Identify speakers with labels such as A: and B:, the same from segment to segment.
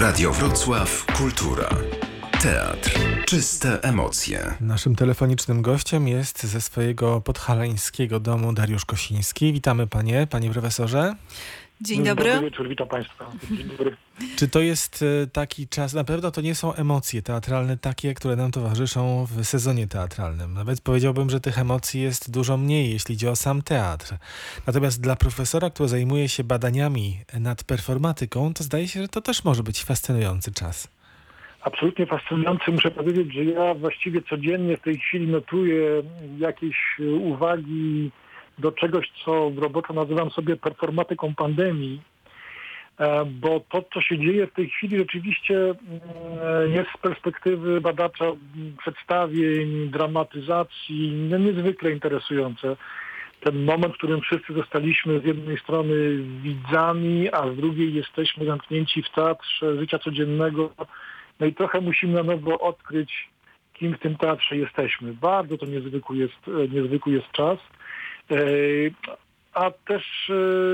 A: Radio Wrocław Kultura. Teatr. Czyste emocje.
B: Naszym telefonicznym gościem jest ze swojego podhalańskiego domu Dariusz Kosiński. Witamy panie profesorze.
C: Dzień dobry.
D: Dobry wieczór, witam Państwa. Dzień dobry.
B: Czy to jest taki czas, na pewno to nie są emocje teatralne takie, które nam towarzyszą w sezonie teatralnym. Nawet powiedziałbym, że tych emocji jest dużo mniej, jeśli idzie o sam teatr. Natomiast dla profesora, który zajmuje się badaniami nad performatyką, to zdaje się, że to też może być fascynujący czas.
D: Absolutnie fascynujący. Muszę powiedzieć, że ja właściwie codziennie w tej chwili notuję jakieś uwagi do czegoś, co roboczo nazywam sobie performatyką pandemii, bo to, co się dzieje w tej chwili, rzeczywiście jest z perspektywy badacza przedstawień, dramatyzacji niezwykle interesujące. Ten moment, w którym wszyscy zostaliśmy z jednej strony widzami, a z drugiej jesteśmy zamknięci w teatrze życia codziennego. No i trochę musimy na nowo odkryć, kim w tym teatrze jesteśmy. Bardzo to niezwykły jest czas. A też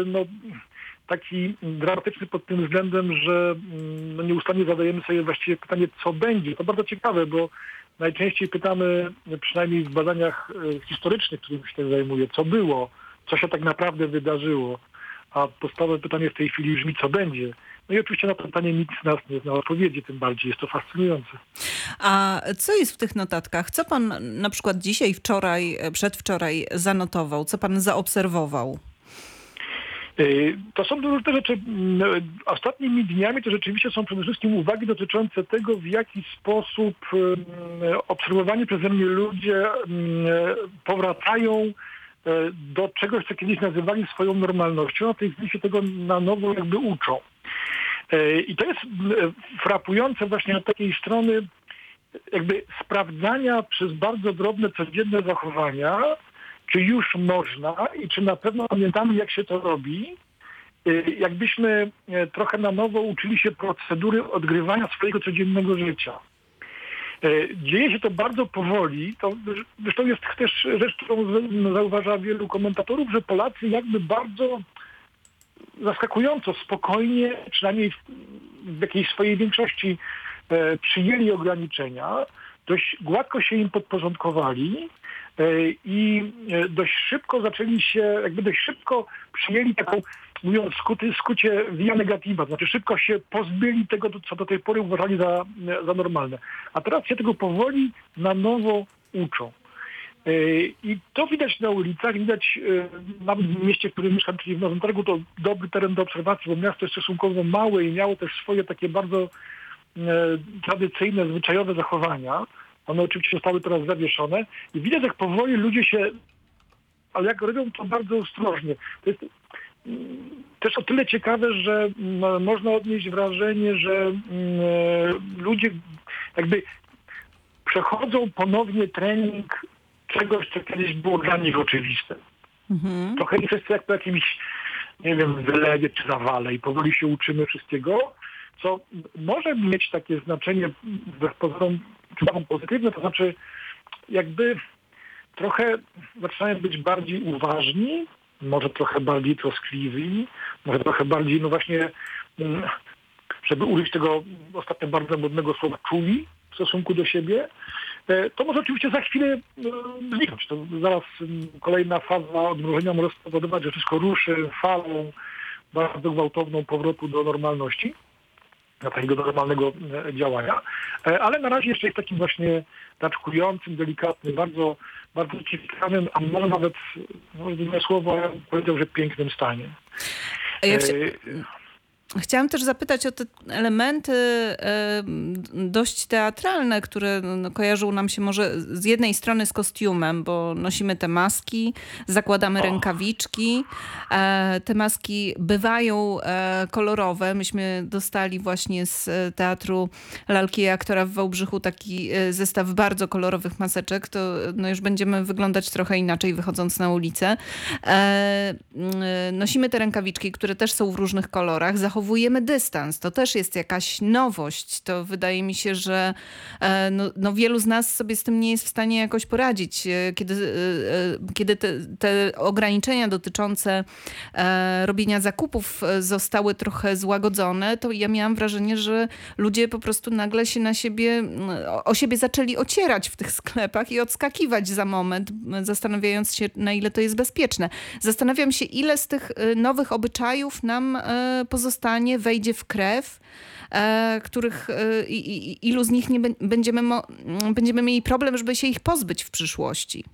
D: taki dramatyczny pod tym względem, że nieustannie zadajemy sobie właściwie pytanie, co będzie. To bardzo ciekawe, bo najczęściej pytamy, przynajmniej w badaniach historycznych, którymi się tak zajmuję, co było, co się tak naprawdę wydarzyło. A podstawowe pytanie w tej chwili brzmi, co będzie. No i oczywiście na to pytanie nikt z nas nie zna odpowiedzi, tym bardziej jest to fascynujące.
C: A co jest w tych notatkach? Co pan na przykład dzisiaj, wczoraj, przedwczoraj zanotował? Co pan zaobserwował?
D: To są różne rzeczy. Ostatnimi dniami to rzeczywiście są przede wszystkim uwagi dotyczące tego, w jaki sposób obserwowani przeze mnie ludzie powracają do czegoś, co kiedyś nazywali swoją normalnością, a w tej chwili się tego na nowo jakby uczą. I to jest frapujące właśnie od takiej strony jakby sprawdzania przez bardzo drobne, codzienne zachowania, czy już można i czy na pewno pamiętamy, jak się to robi, jakbyśmy trochę na nowo uczyli się procedury odgrywania swojego codziennego życia. Dzieje się to bardzo powoli. To zresztą jest też rzecz, którą zauważa wielu komentatorów, że Polacy jakby bardzo zaskakująco spokojnie, przynajmniej w jakiejś swojej większości przyjęli ograniczenia, dość gładko się im podporządkowali i dość szybko dość szybko przyjęli taką, mówiąc w skrócie via negativa, znaczy szybko się pozbyli tego, co do tej pory uważali za normalne. A teraz się tego powoli na nowo uczą. I to widać na ulicach, widać nawet w mieście, w którym mieszkam, czyli w Nowym Targu, to dobry teren do obserwacji, bo miasto jest stosunkowo małe i miało też swoje takie bardzo tradycyjne, zwyczajowe zachowania. One oczywiście zostały teraz zawieszone i widać, jak powoli ludzie się, ale jak robią to bardzo ostrożnie. To jest też o tyle ciekawe, że można odnieść wrażenie, że ludzie jakby przechodzą ponownie trening czegoś, co kiedyś było dla nich oczywiste. Mhm. Trochę nie wszyscy jak po jakimś, nie wiem, wylewie czy zawale i powoli się uczymy wszystkiego, co może mieć takie znaczenie wbrew pozorom pozytywne, to znaczy jakby trochę zaczynają być bardziej uważni, może trochę bardziej troskliwi, może trochę bardziej, no właśnie, żeby użyć tego ostatnio bardzo modnego słowa, czuli w stosunku do siebie. To może oczywiście za chwilę zniknąć. To zaraz kolejna faza odmrożenia może spowodować, że wszystko ruszy falą bardzo gwałtowną powrotu do normalności, do takiego normalnego działania. Ale na razie jeszcze jest takim właśnie raczkującym, delikatnym, bardzo, bardzo ciekawym, a może nawet, inne słowo, ja powiedział, że pięknym stanie.
C: Chciałam też zapytać o te elementy dość teatralne, które kojarzą nam się może z jednej strony z kostiumem, bo nosimy te maski, zakładamy rękawiczki. Te maski bywają kolorowe. Myśmy dostali właśnie z Teatru Lalki i Aktora w Wałbrzychu taki zestaw bardzo kolorowych maseczek. To już będziemy wyglądać trochę inaczej, wychodząc na ulicę. Nosimy te rękawiczki, które też są w różnych kolorach. Zachowujemy zachowujemy dystans. To też jest jakaś nowość. To wydaje mi się, że wielu z nas sobie z tym nie jest w stanie jakoś poradzić. Kiedy te ograniczenia dotyczące robienia zakupów zostały trochę złagodzone, to ja miałam wrażenie, że ludzie po prostu nagle się o siebie zaczęli ocierać w tych sklepach i odskakiwać za moment, zastanawiając się, na ile to jest bezpieczne. Zastanawiam się, ile z tych nowych obyczajów nam pozostanie, wejdzie w krew, których ilu z nich nie będziemy mieli problem, żeby się ich pozbyć w przyszłości.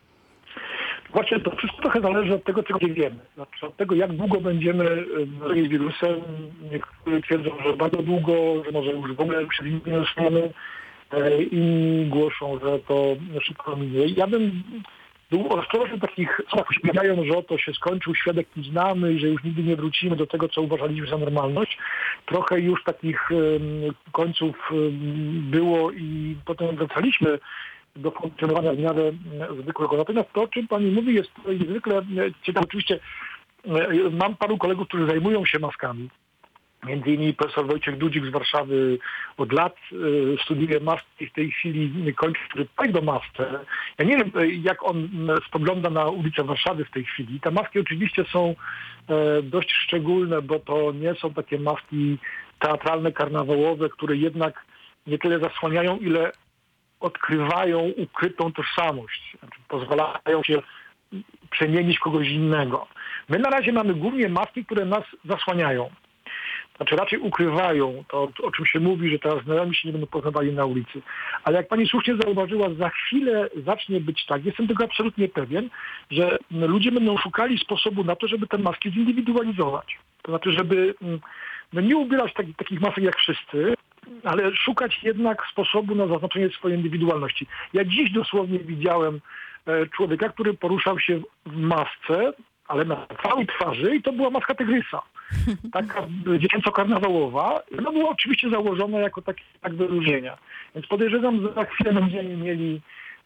D: Właśnie to wszystko trochę zależy od tego, czego nie wiemy. Znaczy od tego, jak długo będziemy żyć wirusem. Niektórzy twierdzą, że bardzo długo, że może już w ogóle przed nim nie zostaniemy. Inni głoszą, że to szybko minie. Ja bym był ostrożny w takich słowach, uśmiechają, że oto się skończył świat, jaki znamy i że już nigdy nie wrócimy do tego, co uważaliśmy za normalność. Trochę już takich końców było i potem wracaliśmy do funkcjonowania w miarę zwykłego. Natomiast to, o czym pani mówi, jest niezwykle ciekawe. Oczywiście mam paru kolegów, którzy zajmują się maskami. Między innymi profesor Wojciech Dudzik z Warszawy od lat studiuje maski, w tej chwili kończy projekt do masce. Ja nie wiem, jak on spogląda na ulicę Warszawy w tej chwili. Te maski oczywiście są dość szczególne, bo to nie są takie maski teatralne, karnawałowe, które jednak nie tyle zasłaniają, ile odkrywają ukrytą tożsamość. Znaczy, pozwalają się przemienić w kogoś innego. My na razie mamy głównie maski, które nas zasłaniają. Znaczy raczej ukrywają to, o czym się mówi, że teraz znajomi się nie będą poznawali na ulicy. Ale jak pani słusznie zauważyła, za chwilę zacznie być tak, jestem tego absolutnie pewien, że ludzie będą szukali sposobu na to, żeby te maski zindywidualizować. To znaczy, żeby nie ubierać takich masek jak wszyscy, ale szukać jednak sposobu na zaznaczenie swojej indywidualności. Ja dziś dosłownie widziałem człowieka, który poruszał się w masce, ale na całej twarzy i to była maska tygrysa. Taka dziecięco-karnawałowa. No było oczywiście założone jako taki wyróżnienia. Więc podejrzewam, że za chwilę będziemy mieli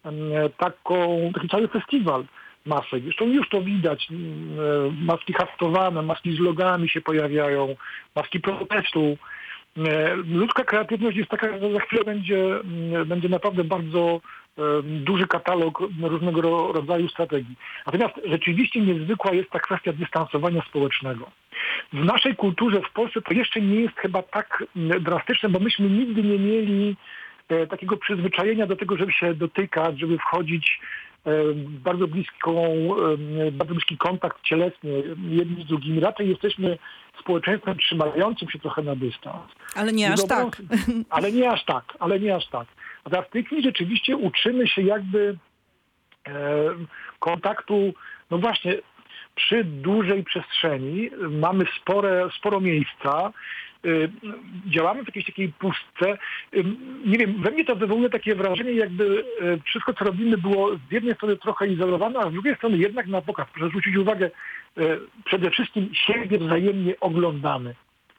D: taki cały festiwal masek. Zresztą już to widać. Maski haftowane, maski z logami się pojawiają, maski protestu. Ludzka kreatywność jest taka, że za chwilę będzie naprawdę bardzo duży katalog różnego rodzaju strategii. Natomiast rzeczywiście niezwykła jest ta kwestia dystansowania społecznego. W naszej kulturze w Polsce to jeszcze nie jest chyba tak drastyczne, bo myśmy nigdy nie mieli takiego przyzwyczajenia do tego, żeby się dotykać, żeby wchodzić w bardzo bliski kontakt cielesny jedni z drugimi. Raczej jesteśmy społeczeństwem trzymającym się trochę na dystans.
C: Ale nie aż tak.
D: Ale nie aż tak. A teraz w tej chwili rzeczywiście uczymy się jakby kontaktu, no właśnie, przy dużej przestrzeni. Mamy sporo miejsca. Działamy w jakiejś takiej pustce. Nie wiem, we mnie to wywołuje takie wrażenie, jakby wszystko, co robimy, było z jednej strony trochę izolowane, a z drugiej strony jednak na pokaz. Proszę zwrócić uwagę, przede wszystkim siebie wzajemnie oglądamy.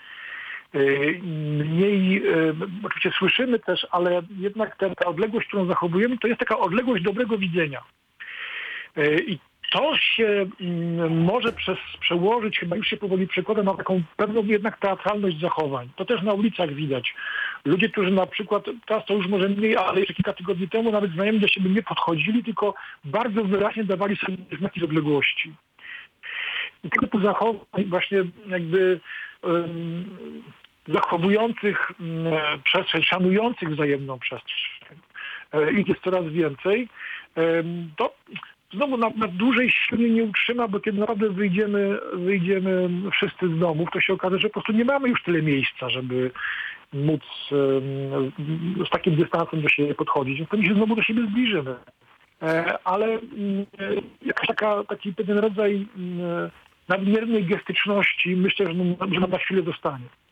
D: Mniej, oczywiście słyszymy też, ale jednak ta odległość, którą zachowujemy, to jest taka odległość dobrego widzenia. I to się może przełożyć, chyba już się powoli przekłada na taką pewną jednak teatralność zachowań. To też na ulicach widać. Ludzie, którzy na przykład, teraz to już może mniej, ale jeszcze kilka tygodni temu nawet znajomi do siebie nie podchodzili, tylko bardzo wyraźnie dawali sobie znaki z odległości. I tego typu zachowań właśnie jakby zachowujących przestrzeń, szanujących wzajemną przestrzeń. Ich jest coraz więcej. To znowu na dłużej się nie utrzyma, bo kiedy naprawdę wyjdziemy wszyscy z domów, to się okaże, że po prostu nie mamy już tyle miejsca, żeby móc z takim dystansem do siebie podchodzić. Więc to my się znowu do siebie zbliżymy. Ale jakaś taki pewien rodzaj nadmiernej gestyczności myślę, że nam na chwilę zostanie.